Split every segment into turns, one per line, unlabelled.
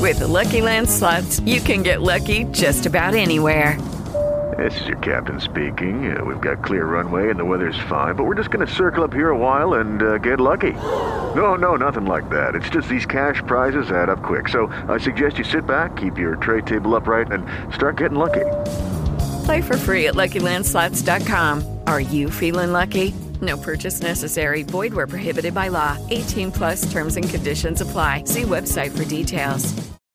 With the Lucky Land Slots, you can get lucky just about anywhere.
This is your captain speaking. We've got clear runway and the weather's fine, but we're just going to circle up here a while and get lucky. No, nothing like that. It's just these cash prizes add up quick. So I suggest you sit back, keep your tray table upright, and start getting lucky.
Play for free at LuckyLandSlots.com. Are you feeling lucky? No purchase necessary. Void where prohibited by law. 18 plus terms and conditions apply. See website for details.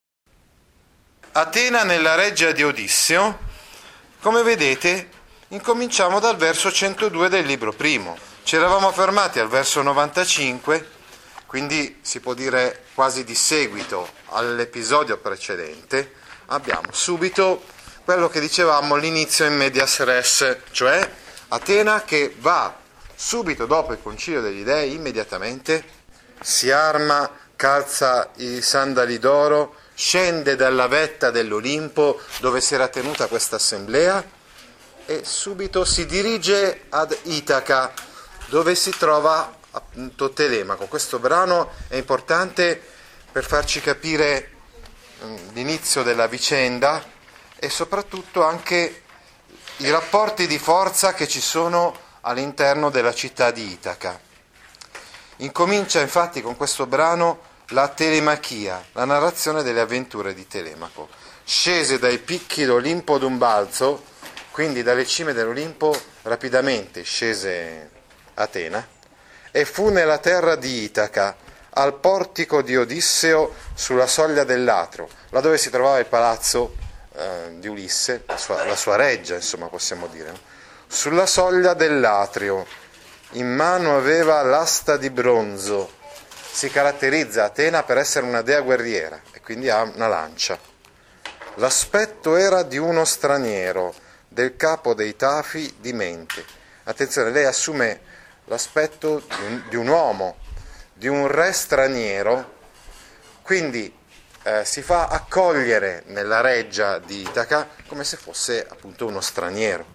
Atena nella reggia di Odisseo. Come vedete, incominciamo dal verso 102 del libro primo. Ci eravamo fermati al verso 95, quindi si può dire quasi di seguito all'episodio precedente. Abbiamo subito quello che dicevamo all'inizio in medias res, cioè Atena che va subito dopo il concilio degli dei, immediatamente si arma, calza i sandali d'oro, scende dalla vetta dell'Olimpo dove si era tenuta questa assemblea e subito si dirige ad Itaca, dove si trova appunto Telemaco. Questo brano è importante per farci capire l'inizio della vicenda e soprattutto anche i rapporti di forza che ci sono all'interno della città di Itaca. Incomincia infatti con questo brano la telemachia, la narrazione delle avventure di Telemaco. Scese dai picchi d'Olimpo d'un balzo, quindi dalle cime dell'Olimpo rapidamente scese Atena, e fu nella terra di Itaca, al portico di Odisseo sulla soglia dell'Atro, là dove si trovava il palazzo di Ulisse, la sua reggia, insomma, possiamo dire, no? Sulla soglia dell'atrio, in mano aveva l'asta di bronzo. Si caratterizza Atena per essere una dea guerriera e quindi ha una lancia. L'aspetto era di uno straniero, del capo dei Tafi di mente. Attenzione, lei assume l'aspetto di un uomo, di un re straniero, quindi si fa accogliere nella reggia di Itaca come se fosse appunto uno straniero.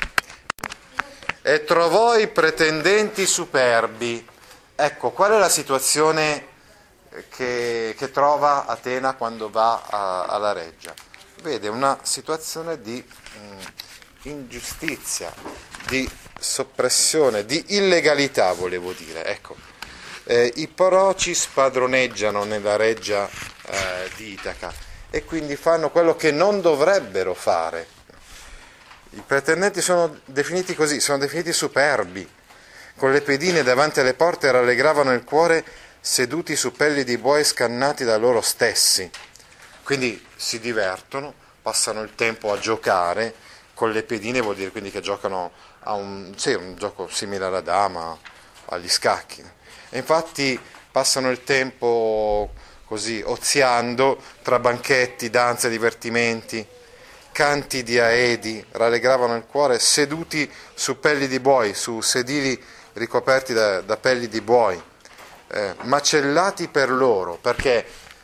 E trovò i pretendenti superbi. Ecco, qual è la situazione che trova Atena quando va alla reggia? Vede una situazione di ingiustizia, di soppressione, di illegalità, volevo dire. Ecco, i proci spadroneggiano nella reggia di Itaca e quindi fanno quello che non dovrebbero fare. I pretendenti sono definiti così, sono definiti superbi. Con le pedine davanti alle porte rallegravano il cuore, seduti su pelli di buoi scannati da loro stessi. Quindi si divertono, passano il tempo a giocare, con le pedine vuol dire quindi che giocano a un gioco simile alla dama, agli scacchi. E infatti passano il tempo così, oziando, tra banchetti, danze, divertimenti, canti di aedi, rallegravano il cuore, seduti su pelli di buoi, su sedili ricoperti da pelli di buoi, macellati per loro, perché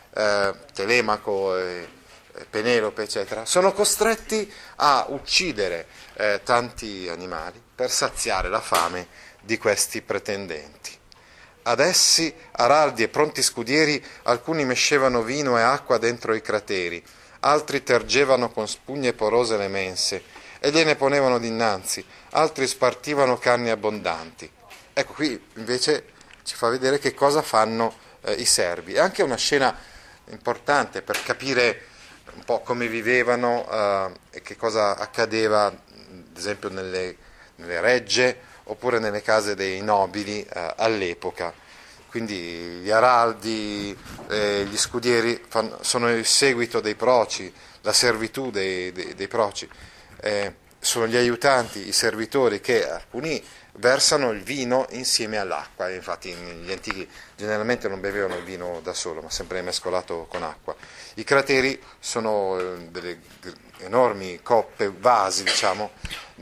Telemaco e Penelope, eccetera, sono costretti a uccidere tanti animali per saziare la fame di questi pretendenti. Ad essi, araldi e pronti scudieri, alcuni mescevano vino e acqua dentro i crateri, altri tergevano con spugne porose le mense e gliene ponevano dinanzi, altri spartivano carni abbondanti. Ecco, qui invece ci fa vedere che cosa fanno i servi. È anche una scena importante per capire un po' come vivevano e che cosa accadeva, ad esempio nelle regge oppure nelle case dei nobili all'epoca. Quindi gli araldi, gli scudieri sono il seguito dei proci, la servitù dei proci, sono gli aiutanti, i servitori che alcuni versano il vino insieme all'acqua. Infatti gli antichi generalmente non bevevano il vino da solo, ma sempre mescolato con acqua. I crateri sono delle enormi coppe, vasi, diciamo,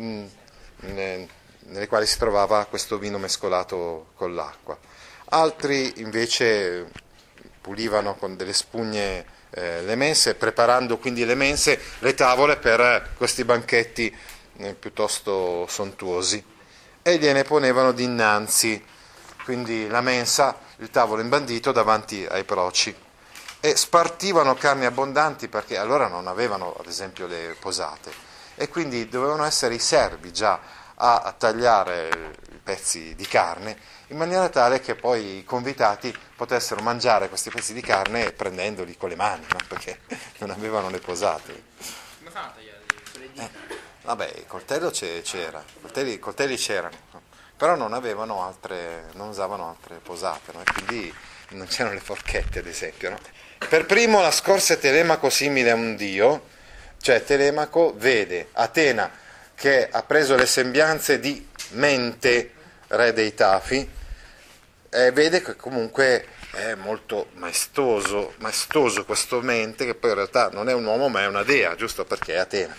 nelle quali si trovava questo vino mescolato con l'acqua. Altri invece pulivano con delle spugne le mense, preparando quindi le mense, le tavole per questi banchetti piuttosto sontuosi, e gliene ponevano dinanzi, quindi la mensa, il tavolo imbandito davanti ai proci. e spartivano carni abbondanti perché allora non avevano ad esempio le posate e quindi dovevano essere i servi già a tagliare i pezzi di carne in maniera tale che poi i convitati potessero mangiare questi pezzi di carne prendendoli con le mani, no? Perché non avevano le posate.
Come fanno a tagliarli? Con le dita?
Vabbè, il coltello c'era, i coltelli c'erano, no? Però non usavano altre posate, no? E quindi non c'erano le forchette ad esempio, no? Per primo la scorse Telemaco simile a un dio, cioè Telemaco vede Atena che ha preso le sembianze di Mente, re dei Tafi, e vede che comunque è molto maestoso questo Mente, che poi in realtà non è un uomo ma è una dea, giusto perché è Atena.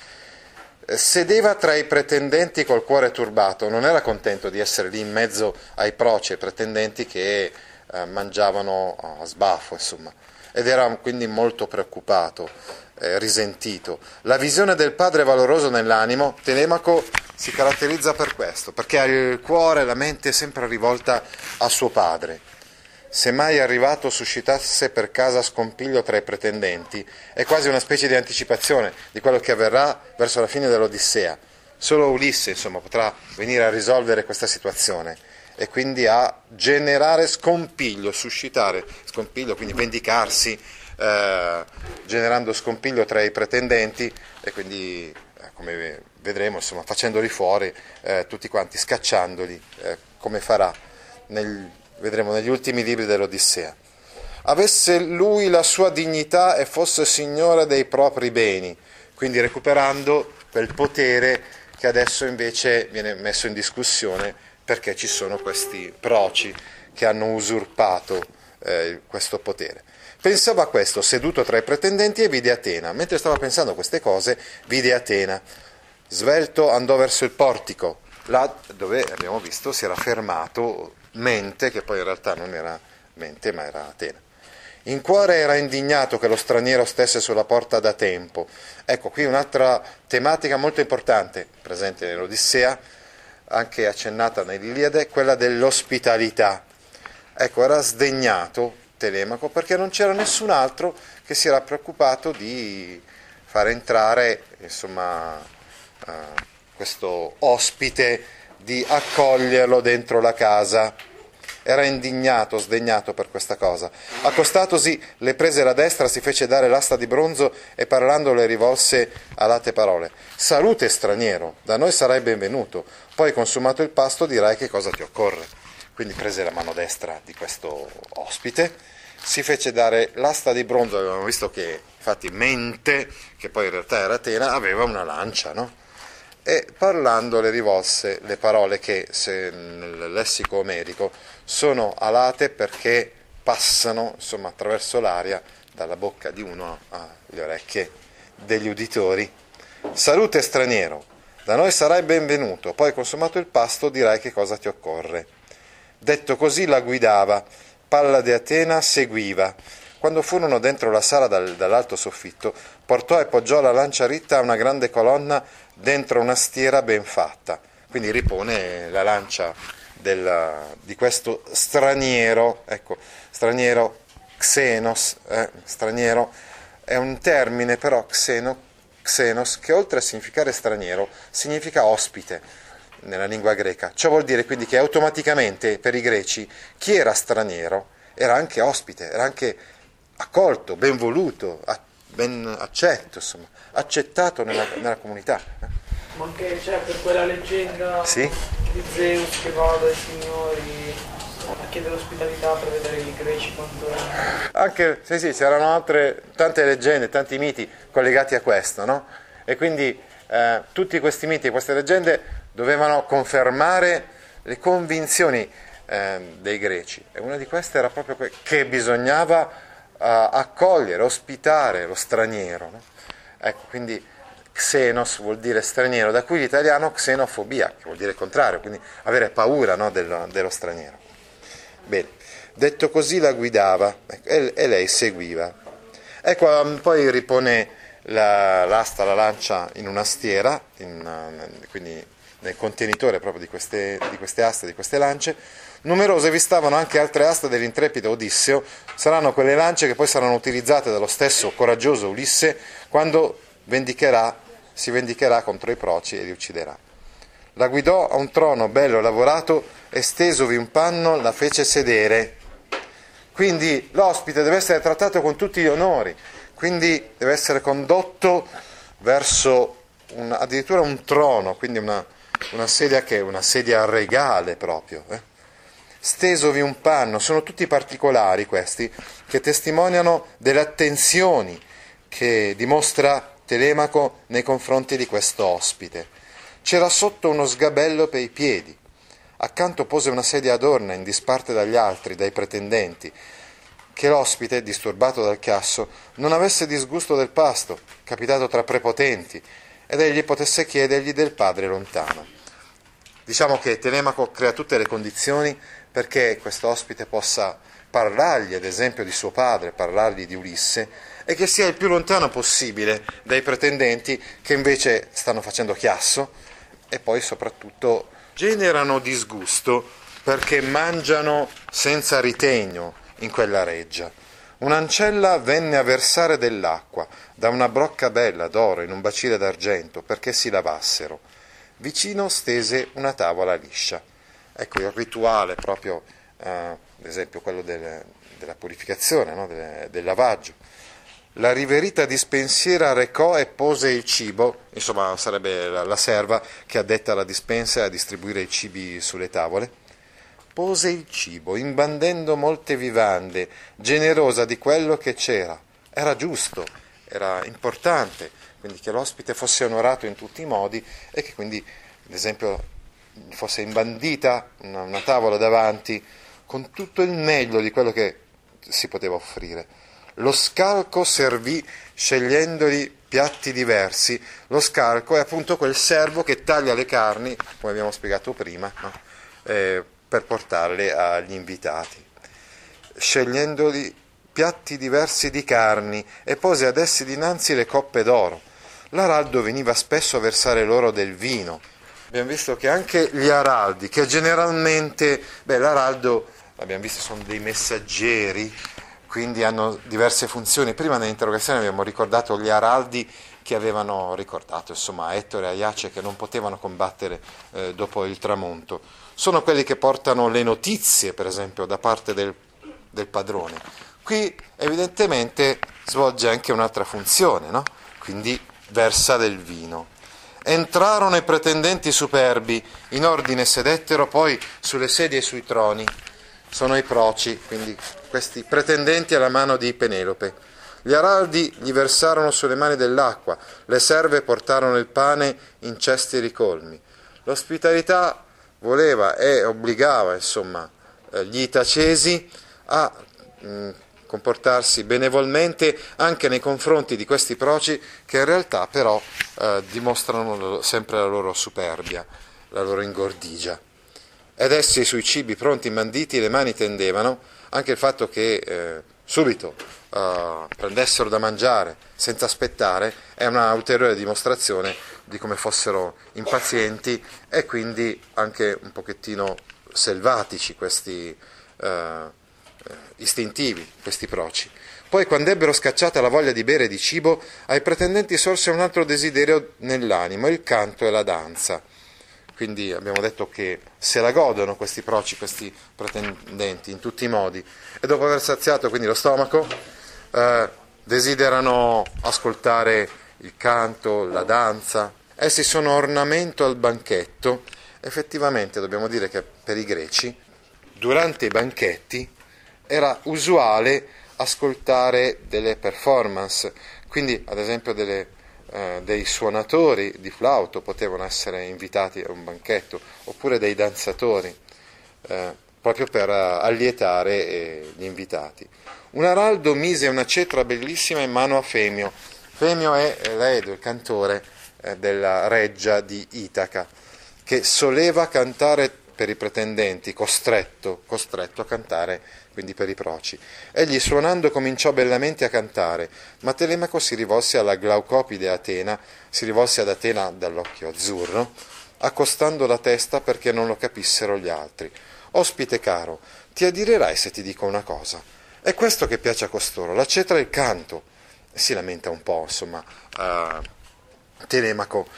Sedeva tra i pretendenti col cuore turbato, non era contento di essere lì in mezzo ai proci, ai pretendenti che mangiavano a sbaffo, insomma, ed era quindi molto preoccupato, risentito. La visione del padre valoroso nell'animo, Telemaco si caratterizza per questo, perché ha il cuore e la mente sempre rivolta a suo padre. Se mai arrivato suscitasse per casa scompiglio tra i pretendenti, è quasi una specie di anticipazione di quello che avverrà verso la fine dell'Odissea. Solo Ulisse, insomma, potrà venire a risolvere questa situazione e quindi a generare scompiglio, suscitare scompiglio, quindi vendicarsi, generando scompiglio tra i pretendenti e quindi, come vedremo, insomma, facendoli fuori tutti quanti, scacciandoli, come farà vedremo negli ultimi libri dell'Odissea. Avesse lui la sua dignità e fosse signore dei propri beni, quindi recuperando quel potere che adesso invece viene messo in discussione perché ci sono questi proci che hanno usurpato questo potere. Pensava a questo, seduto tra i pretendenti, e vide Atena. Mentre stava pensando a queste cose, vide Atena. Svelto andò verso il portico, là dove abbiamo visto si era fermato Mente, che poi in realtà non era Mente ma era Atena. In cuore era indignato che lo straniero stesse sulla porta da tempo. Ecco, qui un'altra tematica molto importante, presente nell'Odissea, anche accennata nell'Iliade, quella dell'ospitalità. Ecco, era sdegnato Telemaco perché non c'era nessun altro che si era preoccupato di far entrare, insomma, questo ospite, di accoglierlo dentro la casa. Era indignato, sdegnato per questa cosa. Accostatosi, le prese la destra, si fece dare l'asta di bronzo e parlando le rivolse alate parole. Salute straniero, da noi sarai benvenuto, poi consumato il pasto dirai che cosa ti occorre. Quindi prese la mano destra di questo ospite, si fece dare l'asta di bronzo, avevamo visto che infatti Mente, che poi in realtà era Atena, aveva una lancia, no? E parlando le rivolse le parole che, se nel lessico omerico, sono alate perché passano, insomma, attraverso l'aria dalla bocca di uno alle orecchie degli uditori. Salute straniero, da noi sarai benvenuto, poi consumato il pasto dirai che cosa ti occorre. Detto così la guidava, Pallade Atena seguiva. Quando furono dentro la sala dall'alto soffitto, portò e poggiò la lancia ritta a una grande colonna dentro una stiera ben fatta. Quindi ripone la lancia di questo straniero, ecco, straniero, xenos, straniero, è un termine però, xenos, che oltre a significare straniero, significa ospite nella lingua greca. Ciò vuol dire quindi che automaticamente per i greci chi era straniero era anche ospite, era anche accolto, ben voluto, ben accetto, insomma, accettato nella comunità.
Ma anche c'è per quella leggenda
Sì?
di Zeus che va dai signori a chiedere ospitalità per vedere i greci quanto erano.
Anche, sì, c'erano tante leggende, tanti miti collegati a questo, no? E quindi tutti questi miti e queste leggende dovevano confermare le convinzioni dei greci. E una di queste era proprio che bisognava accogliere, ospitare lo straniero, no? Ecco, quindi xenos vuol dire straniero, da cui l'italiano xenofobia, che vuol dire il contrario, quindi avere paura, no, dello straniero. Bene, detto così la guidava e lei seguiva. Ecco, poi ripone l'asta, la lancia in una stiera, quindi nel contenitore proprio di queste aste, di queste lance. Numerose vi stavano anche altre aste dell'intrepido Odisseo, saranno quelle lance che poi saranno utilizzate dallo stesso coraggioso Ulisse quando si vendicherà contro i proci e li ucciderà. La guidò a un trono bello lavorato e stesovi un panno la fece sedere. Quindi l'ospite deve essere trattato con tutti gli onori, quindi deve essere condotto verso addirittura un trono, quindi una sedia che è una sedia regale proprio. Stesovi un panno, sono tutti particolari questi che testimoniano delle attenzioni che dimostra Telemaco nei confronti di questo ospite. C'era sotto uno sgabello per i piedi, accanto pose una sedia adorna in disparte dagli altri, dai pretendenti, che l'ospite, disturbato dal chiasso, non avesse disgusto del pasto, capitato tra prepotenti, ed egli potesse chiedergli del padre lontano. Diciamo che Telemaco crea tutte le condizioni perché questo ospite possa parlargli, ad esempio, di suo padre, parlargli di Ulisse, e che sia il più lontano possibile dai pretendenti che invece stanno facendo chiasso e poi soprattutto generano disgusto perché mangiano senza ritegno in quella reggia. Un'ancella venne a versare dell'acqua da una brocca bella d'oro in un bacile d'argento perché si lavassero. Vicino stese una tavola liscia. Ecco il rituale proprio, ad esempio quello della purificazione, no? del lavaggio. La riverita dispensiera recò e pose il cibo, insomma sarebbe la serva che è addetta alla dispensa e a distribuire i cibi sulle tavole. Pose il cibo, imbandendo molte vivande, generosa di quello che c'era. Era giusto, era importante, quindi che l'ospite fosse onorato in tutti i modi e che quindi, ad esempio, fosse imbandita una tavola davanti con tutto il meglio di quello che si poteva offrire. Lo scalco servì scegliendogli piatti diversi. Lo scalco è appunto quel servo che taglia le carni, come abbiamo spiegato prima, no? Per portarle agli invitati. Scegliendogli piatti diversi di carni e pose ad essi dinanzi le coppe d'oro. L'araldo veniva spesso a versare loro del vino. Abbiamo visto che anche gli araldi, che generalmente, l'araldo, abbiamo visto, sono dei messaggeri, quindi hanno diverse funzioni. Prima nell'interrogazione abbiamo ricordato gli araldi che avevano ricordato, insomma, Ettore e Aiace che non potevano combattere dopo il tramonto. Sono quelli che portano le notizie, per esempio, da parte del padrone. Qui evidentemente svolge anche un'altra funzione, no? Quindi versa del vino. Entrarono i pretendenti superbi, in ordine sedettero poi sulle sedie e sui troni. Sono i proci, quindi questi pretendenti alla mano di Penelope. Gli araldi gli versarono sulle mani dell'acqua, le serve portarono il pane in cesti ricolmi. L'ospitalità voleva e obbligava, insomma, gli itacesi a comportarsi benevolmente anche nei confronti di questi proci che in realtà però dimostrano sempre la loro superbia, la loro ingordigia. Ed essi sui cibi pronti imbanditi le mani tendevano, anche il fatto che subito prendessero da mangiare senza aspettare è una ulteriore dimostrazione di come fossero impazienti e quindi anche un pochettino selvatici questi istintivi, questi proci. Poi, quando ebbero scacciata la voglia di bere e di cibo, ai pretendenti sorse un altro desiderio nell'animo, il canto e la danza. Quindi abbiamo detto che se la godono questi proci, questi pretendenti, in tutti i modi, e dopo aver saziato quindi lo stomaco, desiderano ascoltare il canto, la danza. Essi sono ornamento al banchetto. Effettivamente dobbiamo dire che per i greci, durante i banchetti, era usuale ascoltare delle performance, quindi ad esempio dei suonatori di flauto potevano essere invitati a un banchetto, oppure dei danzatori, proprio per allietare gli invitati. Un araldo mise una cetra bellissima in mano a Femio. Femio è l'Edo, il cantore della reggia di Itaca, che soleva cantare per i pretendenti, costretto a cantare quindi per i proci. Egli suonando cominciò bellamente a cantare, ma Telemaco si rivolse alla Glaucopide Atena, si rivolse ad Atena dall'occhio azzurro, accostando la testa perché non lo capissero gli altri. «Ospite caro, ti adirerai se ti dico una cosa. È questo che piace a costoro, la cetra e il canto». Si lamenta un po', insomma, Telemaco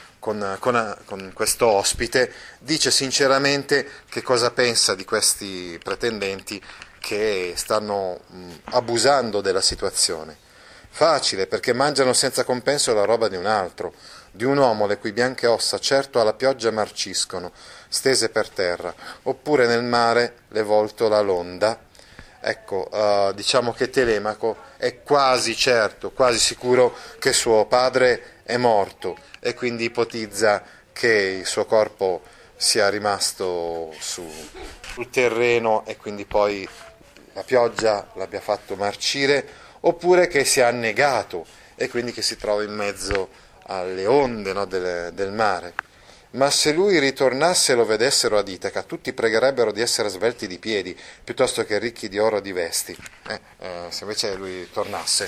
con questo ospite, dice sinceramente che cosa pensa di questi pretendenti che stanno abusando della situazione. Facile, perché mangiano senza compenso la roba di un altro, di un uomo le cui bianche ossa certo alla pioggia marciscono, stese per terra, oppure nel mare le voltola l'onda. Ecco, diciamo che Telemaco è quasi certo, quasi sicuro che suo padre è morto e quindi ipotizza che il suo corpo sia rimasto sul terreno e quindi poi la pioggia l'abbia fatto marcire, oppure che sia annegato e quindi che si trova in mezzo alle onde, no, del mare. Ma se lui ritornasse e lo vedessero ad Itaca, tutti pregherebbero di essere svelti di piedi, piuttosto che ricchi di oro o di vesti. Se invece lui tornasse,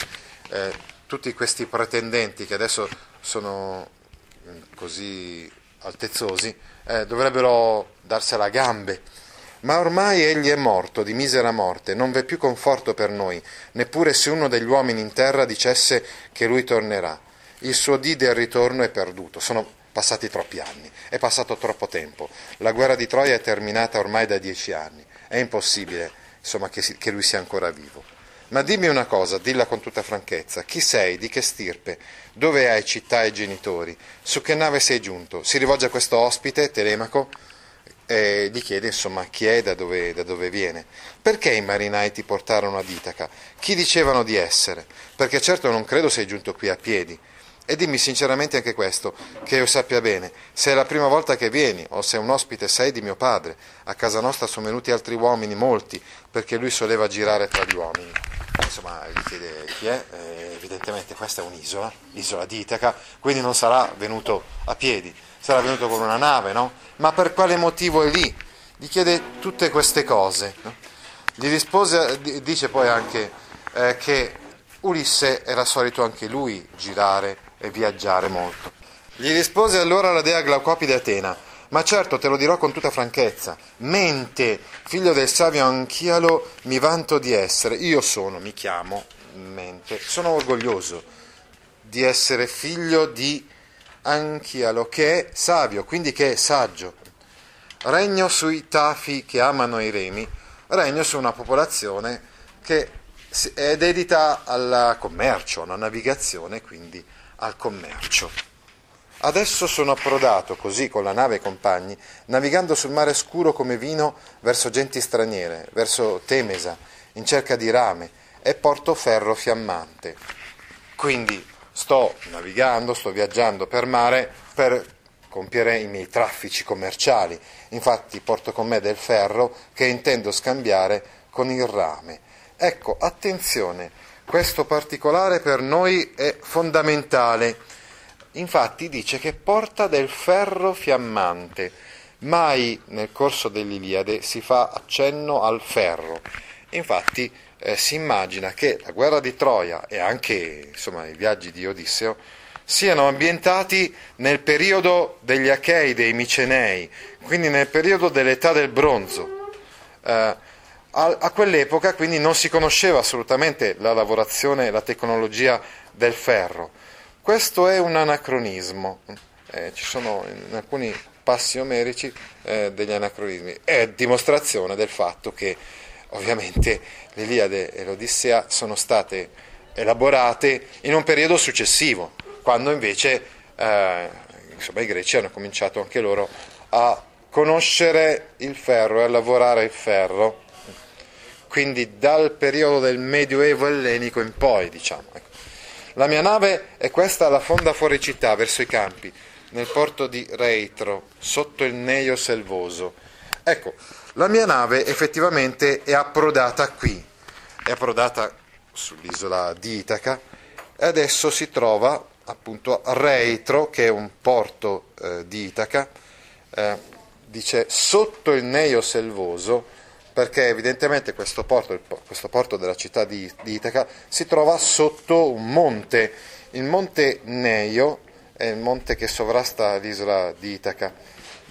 tutti questi pretendenti che adesso sono così altezzosi, dovrebbero darsela a gambe. Ma ormai egli è morto, di misera morte, non v'è più conforto per noi, neppure se uno degli uomini in terra dicesse che lui tornerà. Il suo dì del ritorno è perduto, sono passati troppi anni, è passato troppo tempo, la guerra di Troia è terminata ormai da 10 anni, è impossibile, insomma, che lui sia ancora vivo. Ma dimmi una cosa, dilla con tutta franchezza, chi sei, di che stirpe, dove hai città e genitori, su che nave sei giunto? Si rivolge a questo ospite, Telemaco, e gli chiede insomma chi è e da dove viene. Perché i marinai ti portarono ad Itaca? Chi dicevano di essere? Perché certo non credo sei giunto qui a piedi. E dimmi sinceramente anche questo, che io sappia bene, se è la prima volta che vieni o se un ospite sei di mio padre. A casa nostra sono venuti altri uomini, molti, perché lui soleva girare tra gli uomini. Insomma, gli chiede chi è, evidentemente questa è un'isola, l'isola di Itaca, quindi non sarà venuto a piedi, sarà venuto con una nave, no? Ma per quale motivo è lì? Gli chiede tutte queste cose, no? Gli rispose, dice poi anche che Ulisse era solito anche lui girare e viaggiare molto. Gli rispose allora la dea Glaucopide Atena: ma certo te lo dirò con tutta franchezza, mente, figlio del savio Anchialo mi vanto di essere, mi chiamo Mente, sono orgoglioso di essere figlio di Anchialo, che è savio, quindi che è saggio. Regno sui Tafi che amano i remi, regno su una popolazione che è dedita al commercio, alla navigazione, quindi al commercio. Adesso sono approdato così con la nave e i compagni, navigando sul mare scuro come vino verso genti straniere, verso Temesa, in cerca di rame, e porto ferro fiammante. Quindi sto navigando, sto viaggiando per mare per compiere i miei traffici commerciali. Infatti porto con me del ferro che intendo scambiare con il rame. Ecco, attenzione, questo particolare per noi è fondamentale. Infatti dice che porta del ferro fiammante. Mai nel corso dell'Iliade si fa accenno al ferro. Infatti si immagina che la guerra di Troia e anche insomma, i viaggi di Odisseo siano ambientati nel periodo degli Achei, dei Micenei, quindi nel periodo dell'età del bronzo. A quell'epoca quindi non si conosceva assolutamente la lavorazione e la tecnologia del ferro. Questo è un anacronismo, ci sono in alcuni passi omerici degli anacronismi, è dimostrazione del fatto che ovviamente l'Iliade e l'Odissea sono state elaborate in un periodo successivo, quando invece i greci hanno cominciato anche loro a conoscere il ferro e a lavorare il ferro, quindi dal periodo del Medioevo ellenico in poi, diciamo. La mia nave è questa alla fonda fuori città, verso i campi, nel porto di Reitro, sotto il Neio selvoso. Ecco, la mia nave effettivamente è approdata qui, è approdata sull'isola di Itaca e adesso si trova appunto a Reitro, che è un porto di Itaca, dice sotto il Neio selvoso, perché evidentemente questo porto della città di Itaca si trova sotto un monte, il monte Neio è il monte che sovrasta l'isola di Itaca.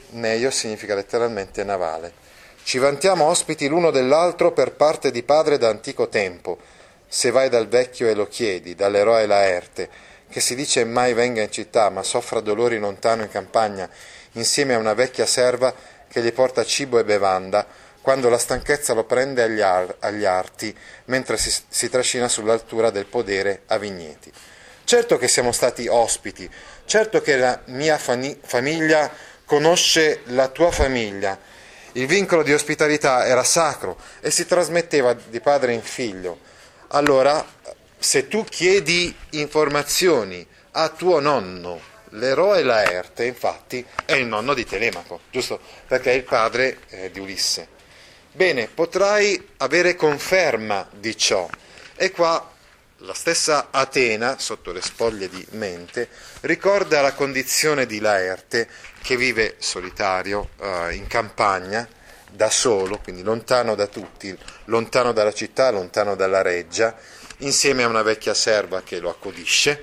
Neio significa letteralmente navale. Ci vantiamo ospiti l'uno dell'altro per parte di padre da antico tempo, se vai dal vecchio e lo chiedi, dall'eroe Laerte, che si dice mai venga in città, ma soffra dolori lontano in campagna, insieme a una vecchia serva che gli porta cibo e bevanda, quando la stanchezza lo prende agli arti, mentre si trascina sull'altura del podere a Vigneti. Certo che siamo stati ospiti, certo che la mia famiglia conosce la tua famiglia. Il vincolo di ospitalità era sacro e si trasmetteva di padre in figlio. Allora, se tu chiedi informazioni a tuo nonno, l'eroe Laerte, infatti, è il nonno di Telemaco, giusto? Perché è il padre di Ulisse. Bene, potrai avere conferma di ciò. E qua la stessa Atena, sotto le spoglie di Mente, ricorda la condizione di Laerte, che vive solitario, in campagna, da solo, quindi lontano da tutti, lontano dalla città, lontano dalla reggia, insieme a una vecchia serva che lo accudisce,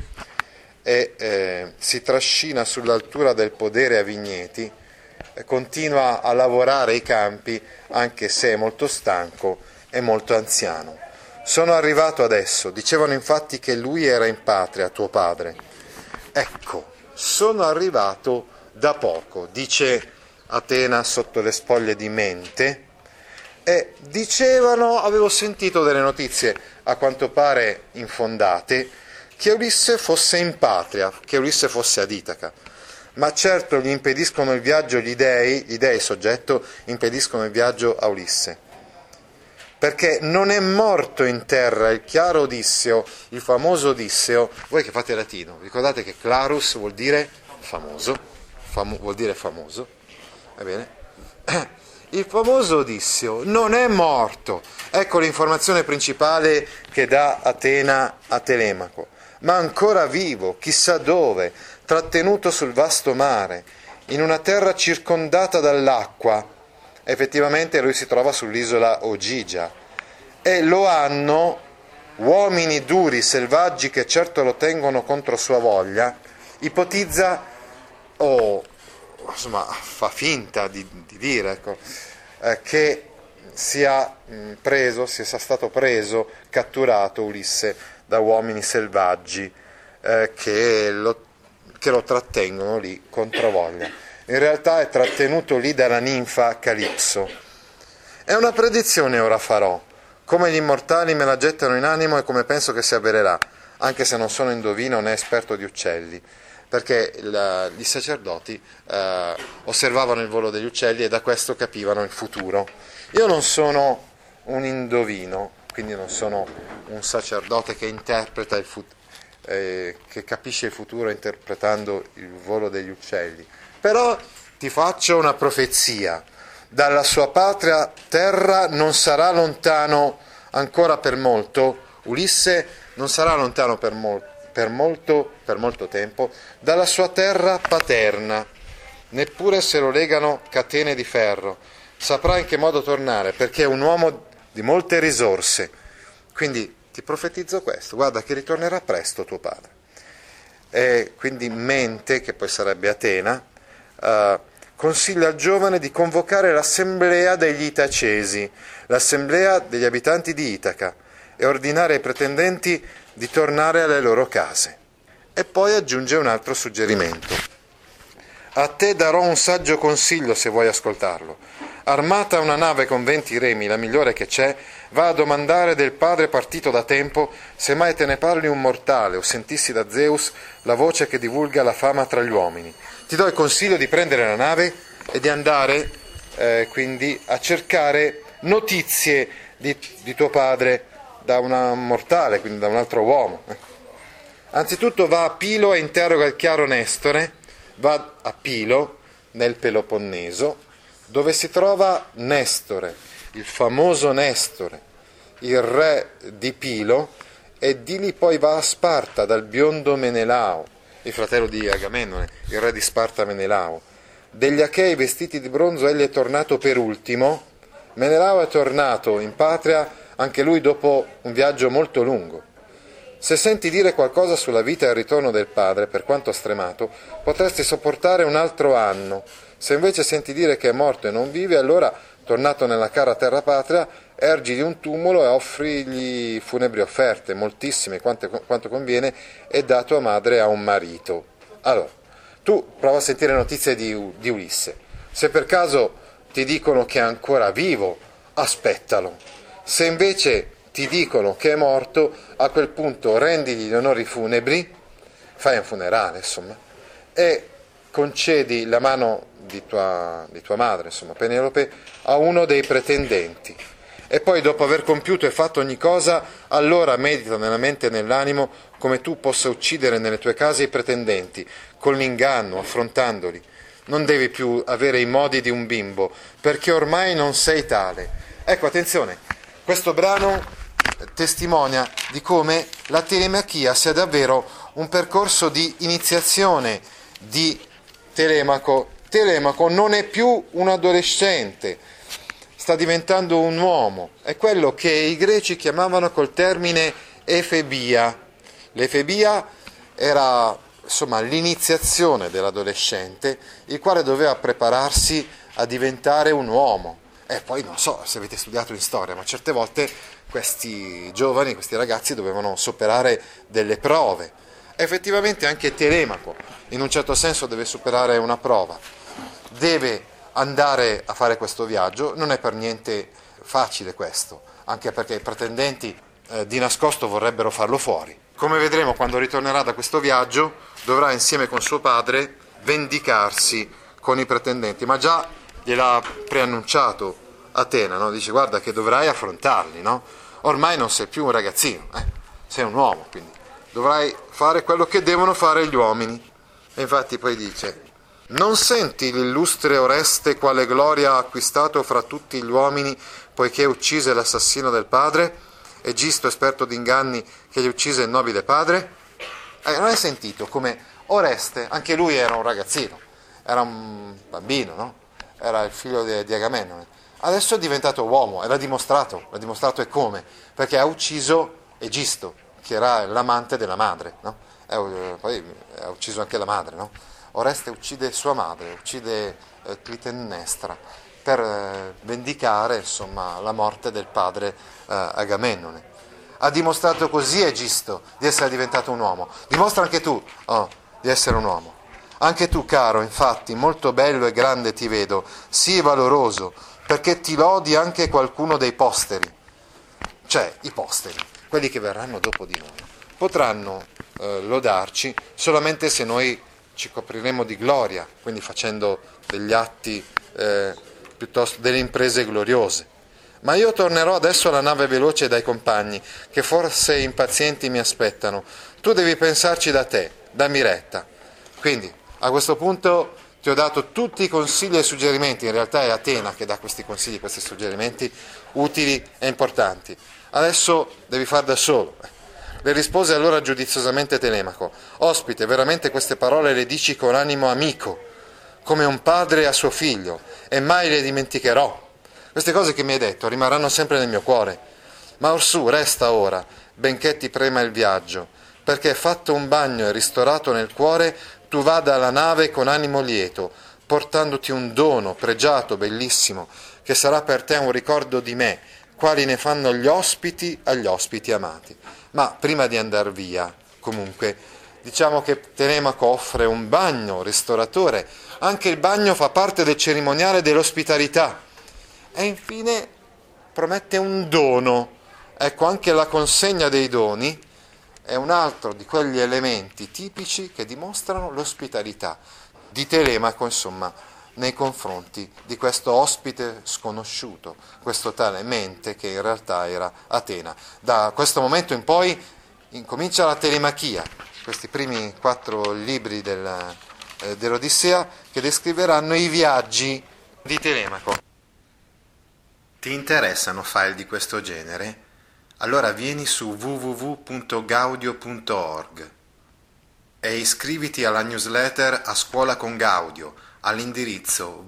e si trascina sull'altura del podere a Vigneti, continua a lavorare i campi, anche se è molto stanco e molto anziano. Sono arrivato adesso, dicevano infatti che lui era in patria, tuo padre. Ecco, sono arrivato da poco, dice Atena sotto le spoglie di Mente, e dicevano, avevo sentito delle notizie a quanto pare infondate, che Ulisse fosse in patria, che Ulisse fosse ad Itaca. Ma certo gli impediscono il viaggio gli dei soggetto, impediscono il viaggio a Ulisse. Perché non è morto in terra il chiaro Odisseo, il famoso Odisseo. Voi che fate latino, ricordate che clarus vuol dire famoso, vuol dire famoso, va bene? Il famoso Odisseo non è morto. Ecco l'informazione principale che dà Atena a Telemaco. Ma ancora vivo, chissà dove, trattenuto sul vasto mare, in una terra circondata dall'acqua. Effettivamente lui si trova sull'isola Ogygia e lo hanno uomini duri, selvaggi, che certo lo tengono contro sua voglia. Ipotizza insomma fa finta di dire, ecco, che sia stato preso, catturato Ulisse da uomini selvaggi che lo trattengono lì contro voglia. In realtà è trattenuto lì dalla ninfa Calipso. È una predizione ora farò, come gli immortali me la gettano in animo e come penso che si avvererà, anche se non sono indovino né esperto di uccelli, perché gli sacerdoti osservavano il volo degli uccelli e da questo capivano il futuro. Io non sono un indovino, quindi non sono un sacerdote che interpreta che capisce il futuro interpretando il volo degli uccelli. Però ti faccio una profezia: dalla sua patria terra non sarà lontano ancora per molto, Ulisse non sarà lontano per molto tempo dalla sua terra paterna, neppure se lo legano catene di ferro. Saprà in che modo tornare, perché è un uomo di molte risorse. Quindi ti profetizzo questo: guarda che ritornerà presto tuo padre. E quindi Mente, che poi sarebbe Atena, consiglia al giovane di convocare l'assemblea degli Itacesi, l'assemblea degli abitanti di Itaca, e ordinare ai pretendenti di tornare alle loro case. E poi aggiunge un altro suggerimento: a te darò un saggio consiglio se vuoi ascoltarlo. Armata una nave con 20 remi, la migliore che c'è, va a domandare del padre partito da tempo se mai te ne parli un mortale o sentissi da Zeus la voce che divulga la fama tra gli uomini. Ti do il consiglio di prendere la nave e di andare quindi a cercare notizie di tuo padre da un mortale, quindi da un altro uomo. Anzitutto va a Pilo e interroga il chiaro Nestore, va a Pilo nel Peloponneso, dove si trova Nestore, il famoso Nestore, il re di Pilo, e di lì poi va a Sparta dal biondo Menelao, il fratello di Agamennone, il re di Sparta Menelao. Degli Achei vestiti di bronzo egli è tornato per ultimo. Menelao è tornato in patria anche lui dopo un viaggio molto lungo. Se senti dire qualcosa sulla vita e il ritorno del padre, per quanto stremato, potresti sopportare un altro anno. Se invece senti dire che è morto e non vive, allora, tornato nella cara terra patria, ergigli un tumulo e offrigli funebri offerte, moltissime, quanto conviene, e da tua madre a un marito. Allora, tu prova a sentire notizie di Ulisse. Se per caso ti dicono che è ancora vivo, aspettalo. Se invece ti dicono che è morto, a quel punto rendigli gli onori funebri, fai un funerale, insomma, e concedi la mano di tua madre, insomma, Penelope, a uno dei pretendenti. E poi, dopo aver compiuto e fatto ogni cosa, allora medita nella mente e nell'animo come tu possa uccidere nelle tue case i pretendenti, con l'inganno, affrontandoli. Non devi più avere i modi di un bimbo, perché ormai non sei tale. Ecco, attenzione, questo brano testimonia di come la telemachia sia davvero un percorso di iniziazione di Telemaco. Telemaco non è più un adolescente, sta diventando un uomo. È quello che i greci chiamavano col termine efebia. L'efebia era, insomma, l'iniziazione dell'adolescente, il quale doveva prepararsi a diventare un uomo. E poi non so se avete studiato in storia, ma certe volte questi giovani, questi ragazzi dovevano superare delle prove. Effettivamente anche Telemaco, in un certo senso, deve superare una prova. Deve andare a fare questo viaggio, non è per niente facile questo, anche perché i pretendenti di nascosto vorrebbero farlo fuori. Come vedremo, quando ritornerà da questo viaggio, dovrà insieme con suo padre vendicarsi con i pretendenti, ma già gliel'ha preannunciato Atena, no? Dice: guarda che dovrai affrontarli, no? Ormai non sei più un ragazzino, sei un uomo, quindi dovrai fare quello che devono fare gli uomini. E infatti poi dice: non senti l'illustre Oreste quale gloria ha acquistato fra tutti gli uomini, poiché uccise l'assassino del padre, e Gisto, esperto di inganni, che gli uccise il nobile padre? Non hai sentito come Oreste, anche lui era un ragazzino, era un bambino, no? Era il figlio di Agamennone. Adesso è diventato uomo, e l'ha dimostrato e come? Perché ha ucciso Egisto, che era l'amante della madre, no? Poi ha ucciso anche la madre, no? Oreste uccide sua madre, uccide Clitennestra, per vendicare, insomma, la morte del padre Agamennone. Ha dimostrato così Egisto di essere diventato un uomo. Dimostra anche tu di essere un uomo. Anche tu, caro, infatti, molto bello e grande ti vedo, sii valoroso, perché ti lodi anche qualcuno dei posteri. Cioè, i posteri, quelli che verranno dopo di noi, potranno lodarci solamente se noi ci copriremo di gloria, quindi facendo degli atti, piuttosto delle imprese gloriose. Ma io tornerò adesso alla nave veloce dai compagni, che forse impazienti mi aspettano. Tu devi pensarci da te, dammi retta. Quindi, a questo punto ti ho dato tutti i consigli e suggerimenti, in realtà è Atena che dà questi consigli, questi suggerimenti utili e importanti. Adesso devi far da solo. Le rispose allora giudiziosamente Telemaco: ospite, veramente queste parole le dici con animo amico, come un padre a suo figlio, e mai le dimenticherò. Queste cose che mi hai detto rimarranno sempre nel mio cuore. Ma orsù, resta ora, benché ti prema il viaggio, perché fatto un bagno e ristorato nel cuore, tu vada alla nave con animo lieto, portandoti un dono pregiato, bellissimo, che sarà per te un ricordo di me, quali ne fanno gli ospiti agli ospiti amati. Ma prima di andar via, comunque, diciamo che Telemaco offre un bagno ristoratore. Anche il bagno fa parte del cerimoniale dell'ospitalità. E infine promette un dono. Ecco, anche la consegna dei doni è un altro di quegli elementi tipici che dimostrano l'ospitalità di Telemaco, insomma, nei confronti di questo ospite sconosciuto, questo tale mente che in realtà era Atena. Da questo momento in poi incomincia la telemachia, questi primi 4 libri dell'Odissea che descriveranno i viaggi di Telemaco. Ti interessano file di questo genere? Allora vieni su www.gaudio.org e iscriviti alla newsletter A Scuola con Gaudio all'indirizzo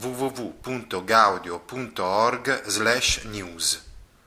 www.gaudio.org/news.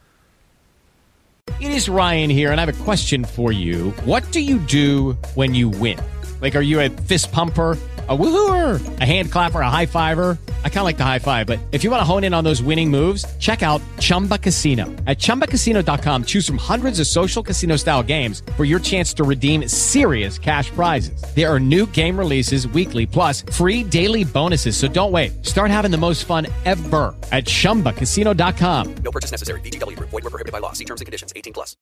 It is Ryan here, and I have a question for you. What do you do when you win? Like, are you a fist pumper, a woo-hooer, a hand clapper, a high fiver? I kind of like the high five, but if you want to hone in on those winning moves, check out Chumba Casino. At ChumbaCasino.com, choose from hundreds of social casino style games for your chance to redeem serious cash prizes. There are new game releases weekly, plus free daily bonuses. So don't wait. Start having the most fun ever at ChumbaCasino.com.
No purchase necessary. VGW Group. Void where prohibited by law. See terms and conditions. 18+.